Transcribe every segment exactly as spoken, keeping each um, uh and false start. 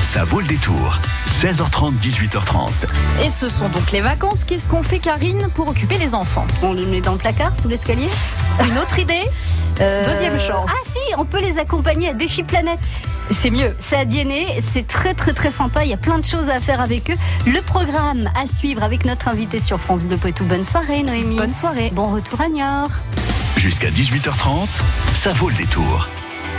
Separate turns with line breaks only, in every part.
Ça vaut le détour. seize heures trente, dix-huit heures trente.
Et ce sont donc les vacances. Qu'est-ce qu'on fait, Karine, pour occuper les enfants?
On les met dans le placard, sous l'escalier.
Une autre idée
Euh,
Deuxième chance.
Ah si, on peut les accompagner à Défi Planète.
C'est mieux.
C'est à Diennet, c'est très très très sympa, il y a plein de choses à faire avec eux. Le programme à suivre avec notre invité sur France Bleu Poitou. Bonne soirée Noémie.
Bonne soirée.
Bon retour à Niort.
Jusqu'à dix-huit heures trente, ça vaut le détour.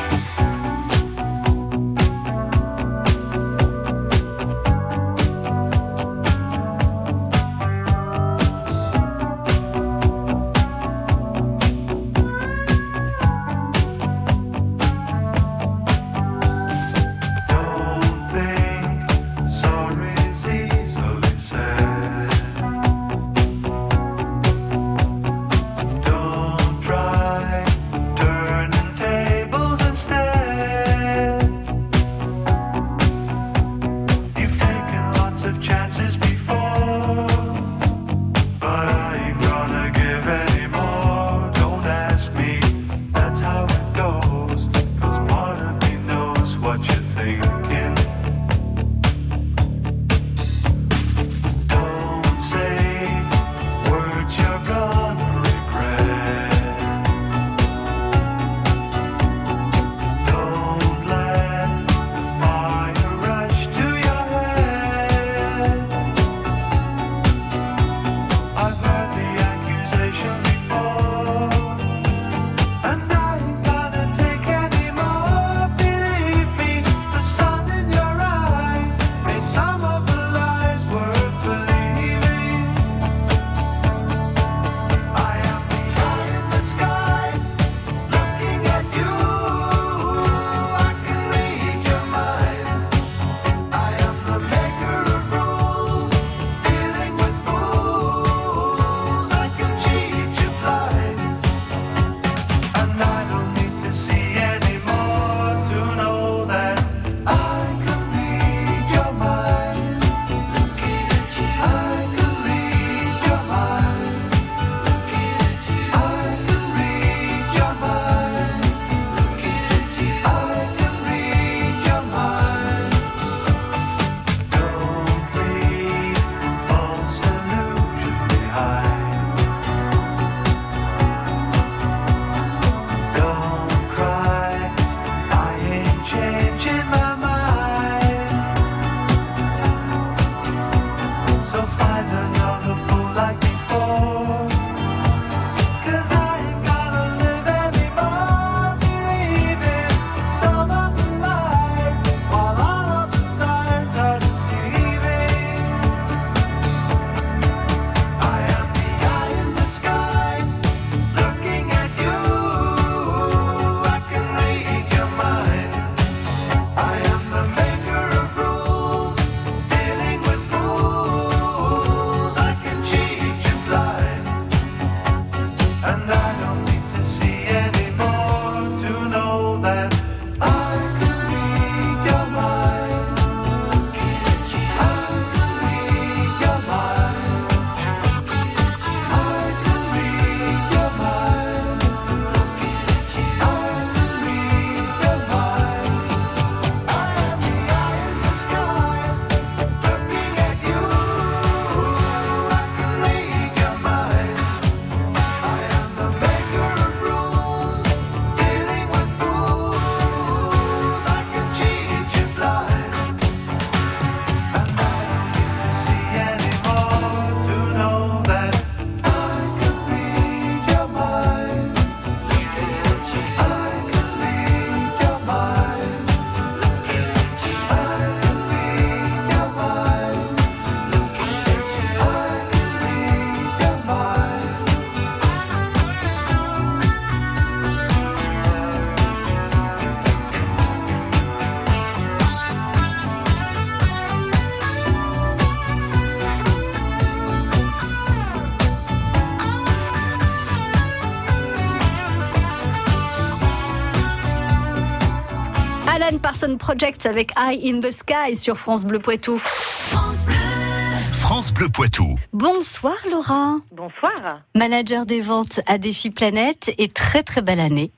Alan Parsons Project avec Eye in the Sky sur France Bleu Poitou.
France Bleu. France Bleu Poitou.
Bonsoir Laura.
Bonsoir.
Manager des ventes à Défi Planète et très très belle année.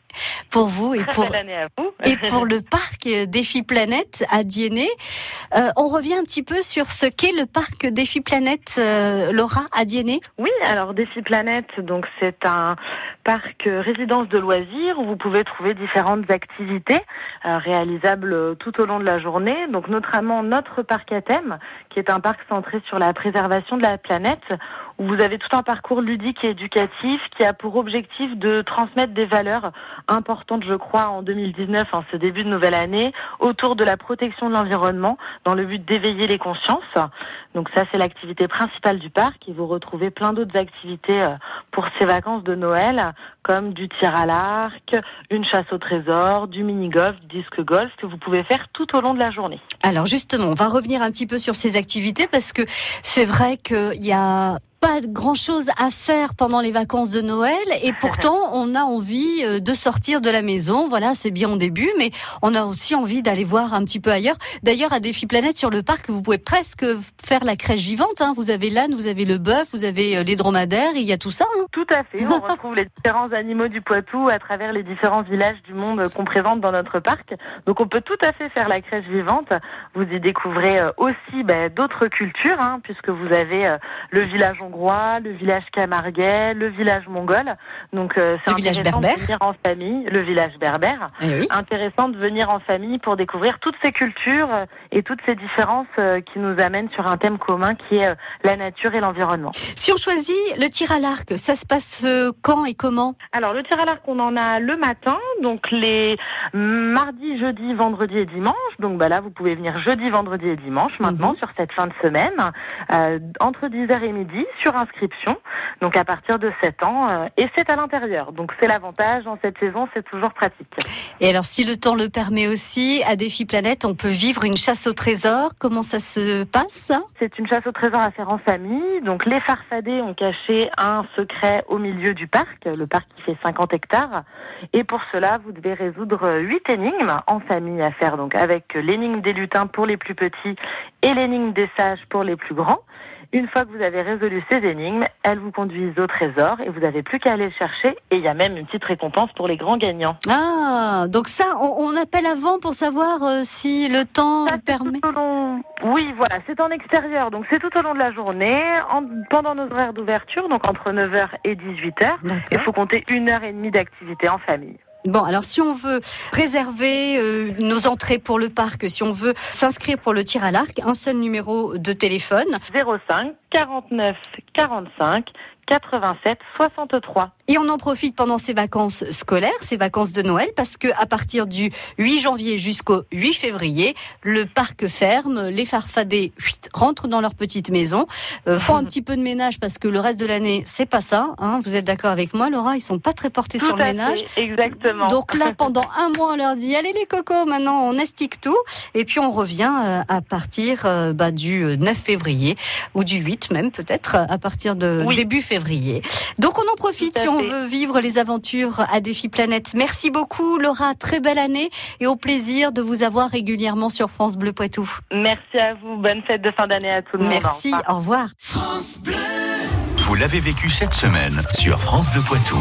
pour vous et
Très
pour,
belle année à vous.
et pour le parc Défi Planète à Dienay. Euh, on revient un petit peu sur ce qu'est le parc Défi Planète, euh, Laura, à Dienay.
Oui, alors Défi Planète, donc c'est un parc résidence de loisirs où vous pouvez trouver différentes activités euh, réalisables tout au long de la journée. Donc notamment notre parc à thème, qui est un parc centré sur la préservation de la planète, où vous avez tout un parcours ludique et éducatif qui a pour objectif de transmettre des valeurs importantes, je crois, en deux mille dix-neuf, en ce début de nouvelle année, autour de la protection de l'environnement, dans le but d'éveiller les consciences. Donc ça, c'est l'activité principale du parc. Et vous retrouvez plein d'autres activités pour ces vacances de Noël, comme du tir à l'arc, une chasse au trésor, du mini-golf, du disque-golf, que vous pouvez faire tout au long de la journée.
Alors justement, on va revenir un petit peu sur ces activités parce que c'est vrai qu'il y a pas grand chose à faire pendant les vacances de Noël et pourtant on a envie de sortir de la maison. Voilà, c'est bien au début, mais on a aussi envie d'aller voir un petit peu ailleurs. D'ailleurs, à Défi Planète sur le parc, vous pouvez presque faire la crèche vivante. Hein. Vous avez l'âne, vous avez le bœuf, vous avez les dromadaires, il y a tout ça. Hein.
Tout à fait. On retrouve les différents animaux du Poitou à travers les différents villages du monde qu'on présente dans notre parc. Donc on peut tout à fait faire la crèche vivante. Vous y découvrez aussi bah, d'autres cultures, hein, puisque vous avez euh, le village hongrois, le village camarguais, le village mongol. Donc euh, c'est
le
intéressant de venir en famille, le village berbère.
Eh oui.
Intéressant de venir en famille pour découvrir toutes ces cultures euh, et toutes ces différences euh, qui nous amènent sur un thème commun qui est euh, la nature et l'environnement.
Si on choisit le tir à l'arc, ça se passe euh, quand et comment ?
Alors le tir à l'arc, on en a le matin, donc les mardis, jeudis, vendredis et dimanche. Donc bah là, vous pouvez venir jeudi, vendredi et dimanche maintenant, mmh. sur cette fin de semaine, euh, entre dix heures et midi, sur inscription, donc à partir de sept ans, euh, et c'est à l'intérieur. Donc c'est l'avantage dans cette saison, c'est toujours pratique.
Et alors si le temps le permet aussi, à Défi Planète, on peut vivre une chasse au trésor. Comment ça se passe ?
C'est une chasse au trésor à faire en famille. Donc les farfadets ont caché un secret au milieu du parc, le parc qui fait cinquante hectares. Et pour cela, vous devez résoudre huit énigmes en famille à faire, donc avec l'énigme des lutins pour les plus petits et l'énigme des sages pour les plus grands. Une fois que vous avez résolu ces énigmes, elles vous conduisent au trésor et vous n'avez plus qu'à aller le chercher. Et il y a même une petite récompense pour les grands gagnants.
Ah, donc ça, on, on appelle avant pour savoir euh, si le temps
ça,
permet.
Tout au long... Oui, voilà, c'est en extérieur, donc c'est tout au long de la journée, en... pendant nos horaires d'ouverture, donc entre neuf heures et dix-huit heures. Il faut compter une heure et demie d'activité en famille.
Bon, alors si on veut réserver euh, nos entrées pour le parc, si on veut s'inscrire pour le tir à l'arc, un seul numéro de téléphone.
zéro cinq quarante-neuf quarante-cinq quatre-vingt-sept soixante-trois.
Et on en profite pendant ces vacances scolaires, ces vacances de Noël, parce que à partir du huit janvier jusqu'au huit février, le parc ferme, les farfadets rentrent dans leur petite maison, euh, font un petit peu de ménage parce que le reste de l'année, c'est pas ça. Hein, vous êtes d'accord avec moi, Laura ? Ils sont pas très portés
tout
sur le
à
ménage.
Fait, exactement.
Donc là, pendant un mois, on leur dit allez les cocos, maintenant on estique tout, et puis on revient euh, à partir euh, bah, du neuf février ou du huit même peut-être à partir de oui. début février. Donc on en profite si on veut vivre les aventures à Défi Planète. Merci beaucoup Laura, très belle année et au plaisir de vous avoir régulièrement sur France Bleu Poitou.
Merci à vous, bonne fête de fin d'année à tout le monde.
Merci, au revoir.
France Bleu. Vous l'avez vécu cette semaine sur France Bleu Poitou.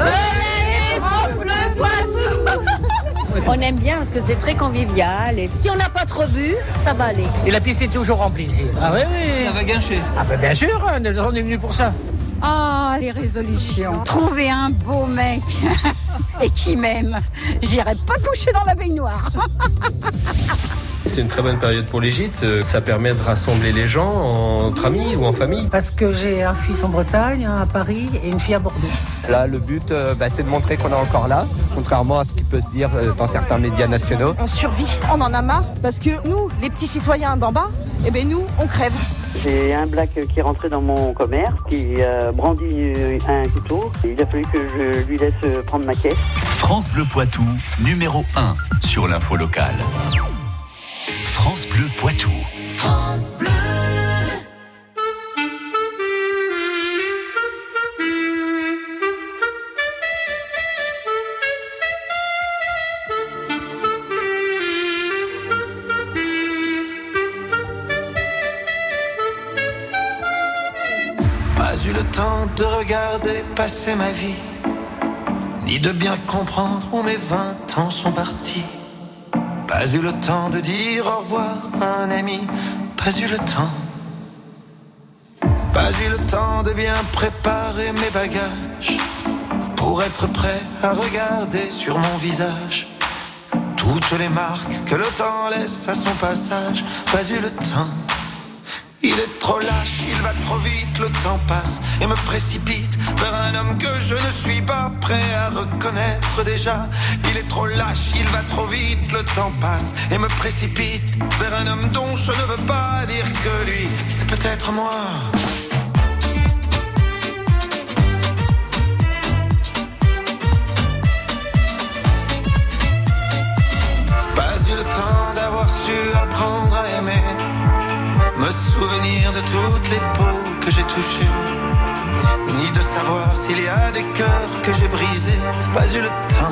Venez France Bleu Poitou. On aime bien parce que c'est très convivial et si on n'a pas trop bu, ça va aller.
Et la piste est toujours remplie ici. Ah oui, oui.
Ça va gâcher.
Ah ben bien sûr, on est venu pour ça.
Ah, les résolutions. Trouver un beau mec et qui m'aime. J'irai pas coucher dans la baignoire.
C'est une très bonne période pour les gîtes. Ça permet de rassembler les gens entre amis ou en famille.
Parce que j'ai un fils en Bretagne, un à Paris et une fille à Bordeaux.
Là, le but, euh, bah, c'est de montrer qu'on est encore là, contrairement à ce qui peut se dire euh, dans certains médias nationaux.
On survit, on en a marre, parce que nous, les petits citoyens d'en bas, eh ben nous, on crève.
J'ai un black qui est rentré dans mon commerce, qui euh, brandit un couteau. Il a fallu que je lui laisse prendre ma caisse.
France Bleu Poitou, numéro un sur l'info locale. France Bleu Poitou.
France Bleu.
Pas eu le temps de regarder passer ma vie,
ni de bien comprendre où mes vingt ans sont partis. Pas eu le temps de dire au revoir à un ami, pas eu le temps. Pas eu le temps de bien préparer mes bagages pour être prêt à regarder sur mon visage toutes les marques que le temps laisse à son passage. Pas eu le temps. Il est trop lâche, il va trop vite, le temps passe et me précipite vers un homme que je ne suis pas prêt à reconnaître déjà. Il est trop lâche, il va trop vite, le temps passe et me précipite vers un homme dont je ne veux pas dire que lui, c'est peut-être moi. Pas eu le temps d'avoir su apprendre à aimer, me souvenir de toutes les peaux que j'ai touchées, ni de savoir s'il y a des cœurs que j'ai brisés. Pas eu le temps.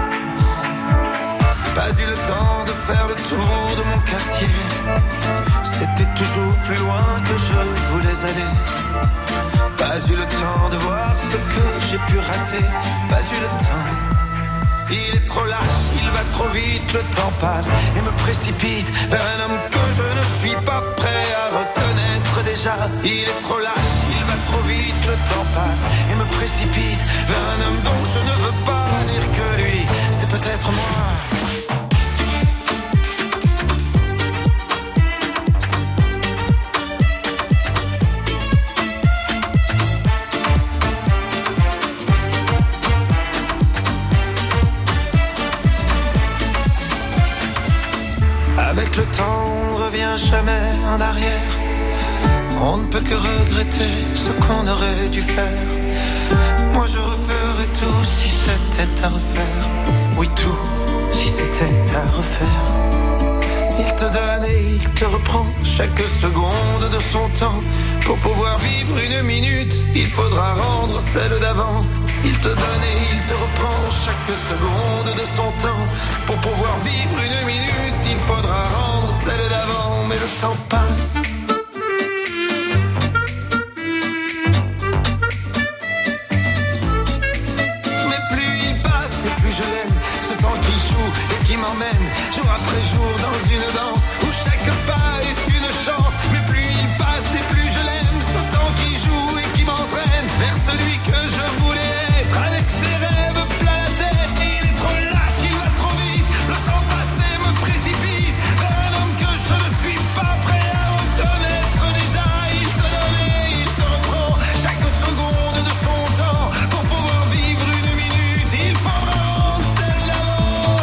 Pas eu le temps de faire le tour de mon quartier. C'était toujours plus loin que je voulais aller. Pas eu le temps de voir ce que j'ai pu rater. Pas eu le temps. Il est trop lâche, il va trop vite, le temps passe et me précipite vers un homme que je ne suis pas prêt à reconnaître déjà. Il est trop lâche, il va trop vite, le temps passe et me précipite vers un homme dont je ne veux pas dire que lui, c'est peut-être moi. Avec le temps, on ne revient jamais en arrière. On ne peut que regretter ce qu'on aurait dû faire. Moi je referais tout si c'était à refaire. Oui, tout si c'était à refaire. Il te donne et il te reprend chaque seconde de son temps. Pour pouvoir vivre une minute, il faudra rendre celle d'avant. Il te donne et il te reprend chaque seconde de son temps. Pour pouvoir vivre une minute, il faudra rendre celle d'avant. Mais le temps passe. Mais plus il passe et plus je l'aime. Ce temps qui joue et qui m'emmène jour après jour dans une danse où chaque pas est une chance. Mais plus il passe et plus je l'aime. Ce temps qui joue et qui m'entraîne vers celui que je voulais être. Avec ses rêves plein la tête. Il est trop lâche, il va trop vite. Le temps passé me précipite vers un homme que je ne suis pas prêt à reconnaître déjà. Il te donne et il te reprend chaque seconde de son temps. Pour pouvoir vivre une minute, il faudra rendre celle d'avant.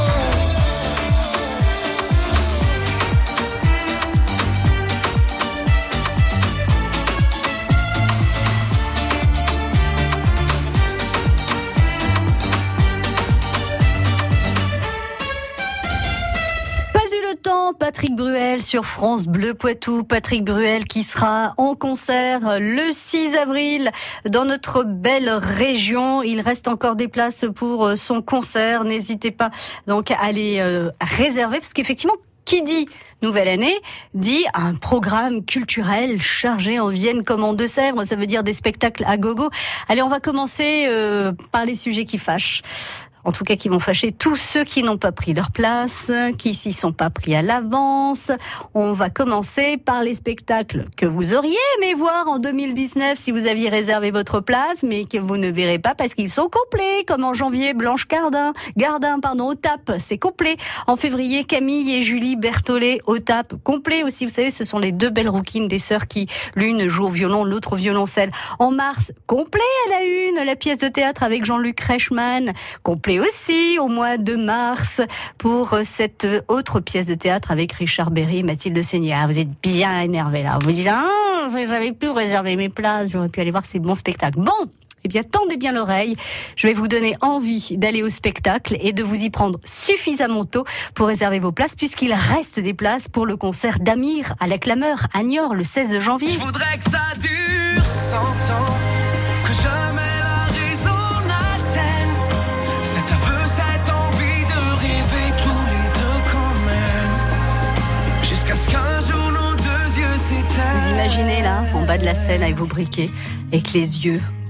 Patrick Bruel sur France Bleu Poitou. Patrick Bruel qui sera en concert le six avril dans notre belle région. Il reste encore des places pour son concert. N'hésitez pas donc à les euh, réserver parce qu'effectivement, qui dit nouvelle année dit un programme culturel chargé en Vienne comme en Deux-Sèvres. Ça veut dire des spectacles à gogo. Allez, on va commencer euh, par les sujets qui fâchent. En tout cas, qui vont fâcher tous ceux qui n'ont pas pris leur place, qui s'y sont pas pris à l'avance. On va commencer par les spectacles que vous auriez aimé voir en deux mille dix-neuf si vous aviez réservé votre place, mais que vous ne verrez pas parce qu'ils sont complets, comme en janvier, Blanche Gardin, Gardin, pardon, au T A P, c'est complet. En février, Camille et Julie Berthollet au T A P, complet aussi. Vous savez, ce sont les deux belles rouquines des sœurs qui, l'une joue au violon, l'autre au violoncelle. En mars, complet à la une, la pièce de théâtre avec Jean-Luc Reichmann, complet aussi au mois de mars pour cette autre pièce de théâtre avec Richard Berry et Mathilde Seignier. Vous êtes bien énervés là. Vous vous dites, ah, j'avais pu réserver mes places, j'aurais pu aller voir ces bons spectacles. Bon, eh bien, tendez bien l'oreille. Je vais vous donner envie d'aller au spectacle et de vous y prendre suffisamment tôt pour réserver vos places, puisqu'il reste des places pour le concert d'Amir à la Clameur à Niort le seize janvier.
Je voudrais que ça dure cent ans, que jamais la raison n'atteigne cet aveu, cette envie de rêver tous les deux quand même, jusqu'à ce qu'un jour nos deux yeux s'éteignent.
Vous imaginez là, en bas de la scène avec vos briquets, avec les yeux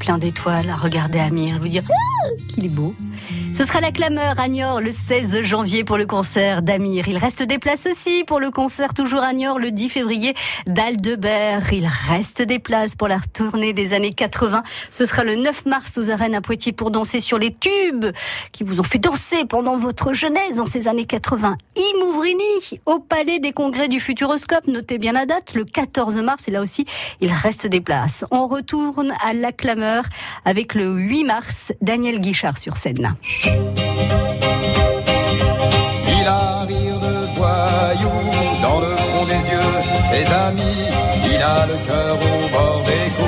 plein d'étoiles à regarder Amir et vous dire ah, qu'il est beau. Ce sera la Clameur à Niort le seize janvier pour le concert d'Amir. Il reste des places aussi pour le concert toujours à Niort le dix février d'Aldebert. Il reste des places pour la tournée des années quatre-vingts. Ce sera le neuf mars aux arènes à Poitiers pour danser sur les tubes qui vous ont fait danser pendant votre jeunesse dans ces années quatre-vingts. Imouvrini au Palais des Congrès du Futuroscope. Notez bien la date, le quatorze mars. Et là aussi, il reste des places. On retourne à la Clameur avec le huit mars, Daniel Guichard sur scène.
Il a un rire de voyou dans le fond des yeux, ses amis, il a le cœur au bord des coups.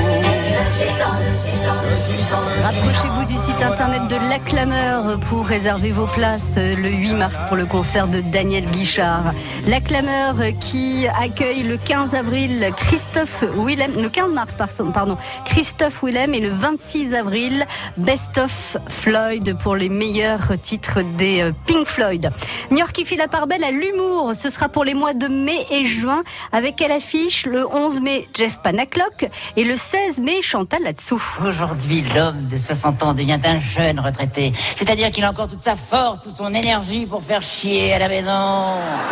Rapprochez-vous du site internet de La Clameur pour réserver vos places le huit mars pour le concert de Daniel Guichard. La Clameur qui accueille le quinze avril Christophe Willem, le quinze mars pardon, Christophe Willem et le vingt-six avril Best of Floyd pour les meilleurs titres des Pink Floyd. Niort qui fait la part belle à l'humour, ce sera pour les mois de mai et juin avec à l'affiche le onze mai Jeff Panaclock et le seize mai Chantal Latsou.
Aujourd'hui, l'homme de soixante ans devient un jeune retraité. C'est-à-dire qu'il a encore toute sa force, toute son énergie pour faire chier à la maison.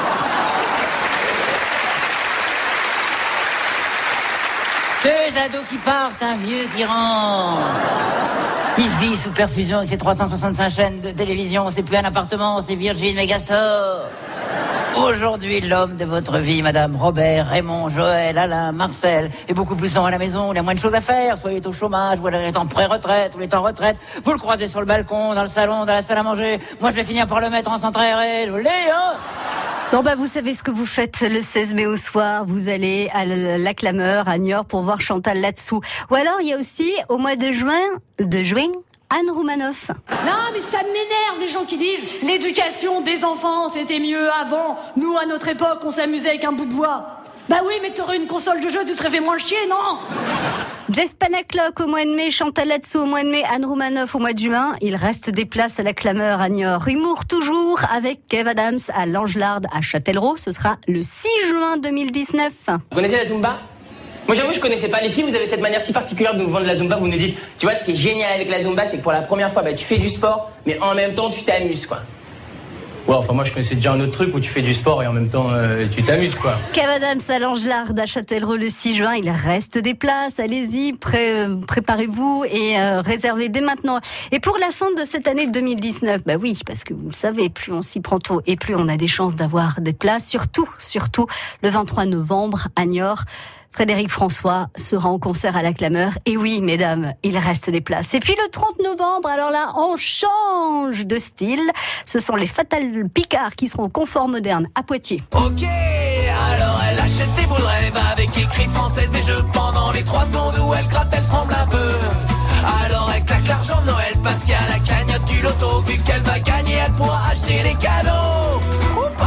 Deux ados qui partent, un vieux qui rentre. Il vit sous perfusion avec ses trois cent soixante-cinq chaînes de télévision. C'est plus un appartement, c'est Virgin Megastore. Aujourd'hui, l'homme de votre vie, madame, Robert, Raymond, Joël, Alain, Marcel, est beaucoup plus lent à la maison, il a moins de choses à faire, soit il est au chômage, ou il est en pré-retraite, ou il est en retraite. Vous le croisez sur le balcon, dans le salon, dans la salle à manger. Moi, je vais finir par le mettre en centre aéré, je vous le dis, hein.
Bon bah vous savez ce que vous faites le seize mai au soir, vous allez à La Clameur à Niort pour voir Chantal Latsou. Ou alors il y a aussi au mois de juin, de juin, Anne Roumanoff.
Non mais ça m'énerve les gens qui disent l'éducation des enfants c'était mieux avant. Nous à notre époque on s'amusait avec un bout de bois. Bah oui mais t'aurais une console de jeu, tu serais fait moins chier, non?
Jeff Panaclock au mois de mai, Chantal Latsou au mois de mai, Anne Roumanoff au mois de juin. Il reste des places à La Clameur à Niort. Humour toujours avec Kev Adams à l'Angelard à Châtellerault. Ce sera le six juin deux mille dix-neuf.
Vous connaissez la Zumba? Moi j'avoue je connaissais pas. Les filles, vous avez cette manière si particulière de nous vendre la Zumba. Vous nous dites, tu vois ce qui est génial avec la Zumba, c'est que pour la première fois bah, tu fais du sport mais en même temps tu t'amuses quoi. Ouais, enfin moi je connaissais déjà un autre truc où tu fais du sport et en même temps euh, tu t'amuses quoi.
Kev Adams à l'Angelard à Châtellerault le six juin, il reste des places, allez-y, pré- euh, préparez-vous et euh, réservez dès maintenant. Et pour la fin de cette année deux mille dix-neuf, bah oui, parce que vous le savez, plus on s'y prend tôt et plus on a des chances d'avoir des places, surtout, surtout le vingt-trois novembre à Niort. Frédéric François sera en concert à La Clameur. Et oui, mesdames, il reste des places. Et puis le trente novembre, alors là, on change de style. Ce sont les Fatal Picard qui seront au Confort Moderne à Poitiers.
Ok, alors elle achète des bouts de rêve avec écrit française des jeux pendant les trois secondes où elle gratte, elle tremble un peu. Alors elle claque l'argent de Noël parce qu'il y a la cagnotte du loto. Vu qu'elle va gagner, elle pourra acheter les cadeaux. Oupa.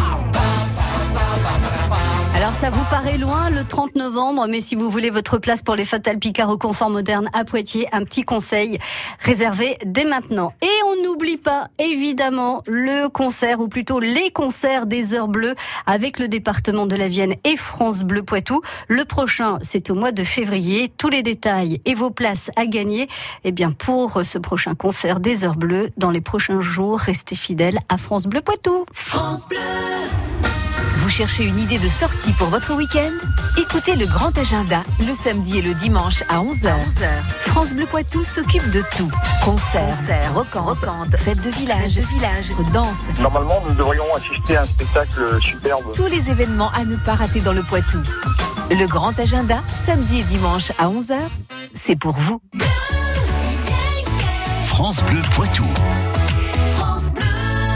Alors ça vous paraît loin le trente novembre, mais si vous voulez votre place pour les Fatal Picard au Confort Moderne à Poitiers, un petit conseil réservé dès maintenant. Et on n'oublie pas évidemment le concert, ou plutôt les concerts des Heures Bleues avec le département de la Vienne et France Bleu Poitou. Le prochain, c'est au mois de février. Tous les détails et vos places à gagner, eh bien pour ce prochain concert des Heures Bleues dans les prochains jours, restez fidèles à France Bleu Poitou.
France Bleu. Vous cherchez une idée de sortie pour votre week-end? Écoutez le Grand Agenda le samedi et le dimanche à onze heures. France Bleu Poitou s'occupe de tout. Concerts, rocantes, fêtes de village, de village, danse.
Normalement, nous devrions assister à un spectacle superbe.
Tous les événements à ne pas rater dans le Poitou. Le Grand Agenda, samedi et dimanche à onze heures, c'est pour vous.
France Bleu Poitou.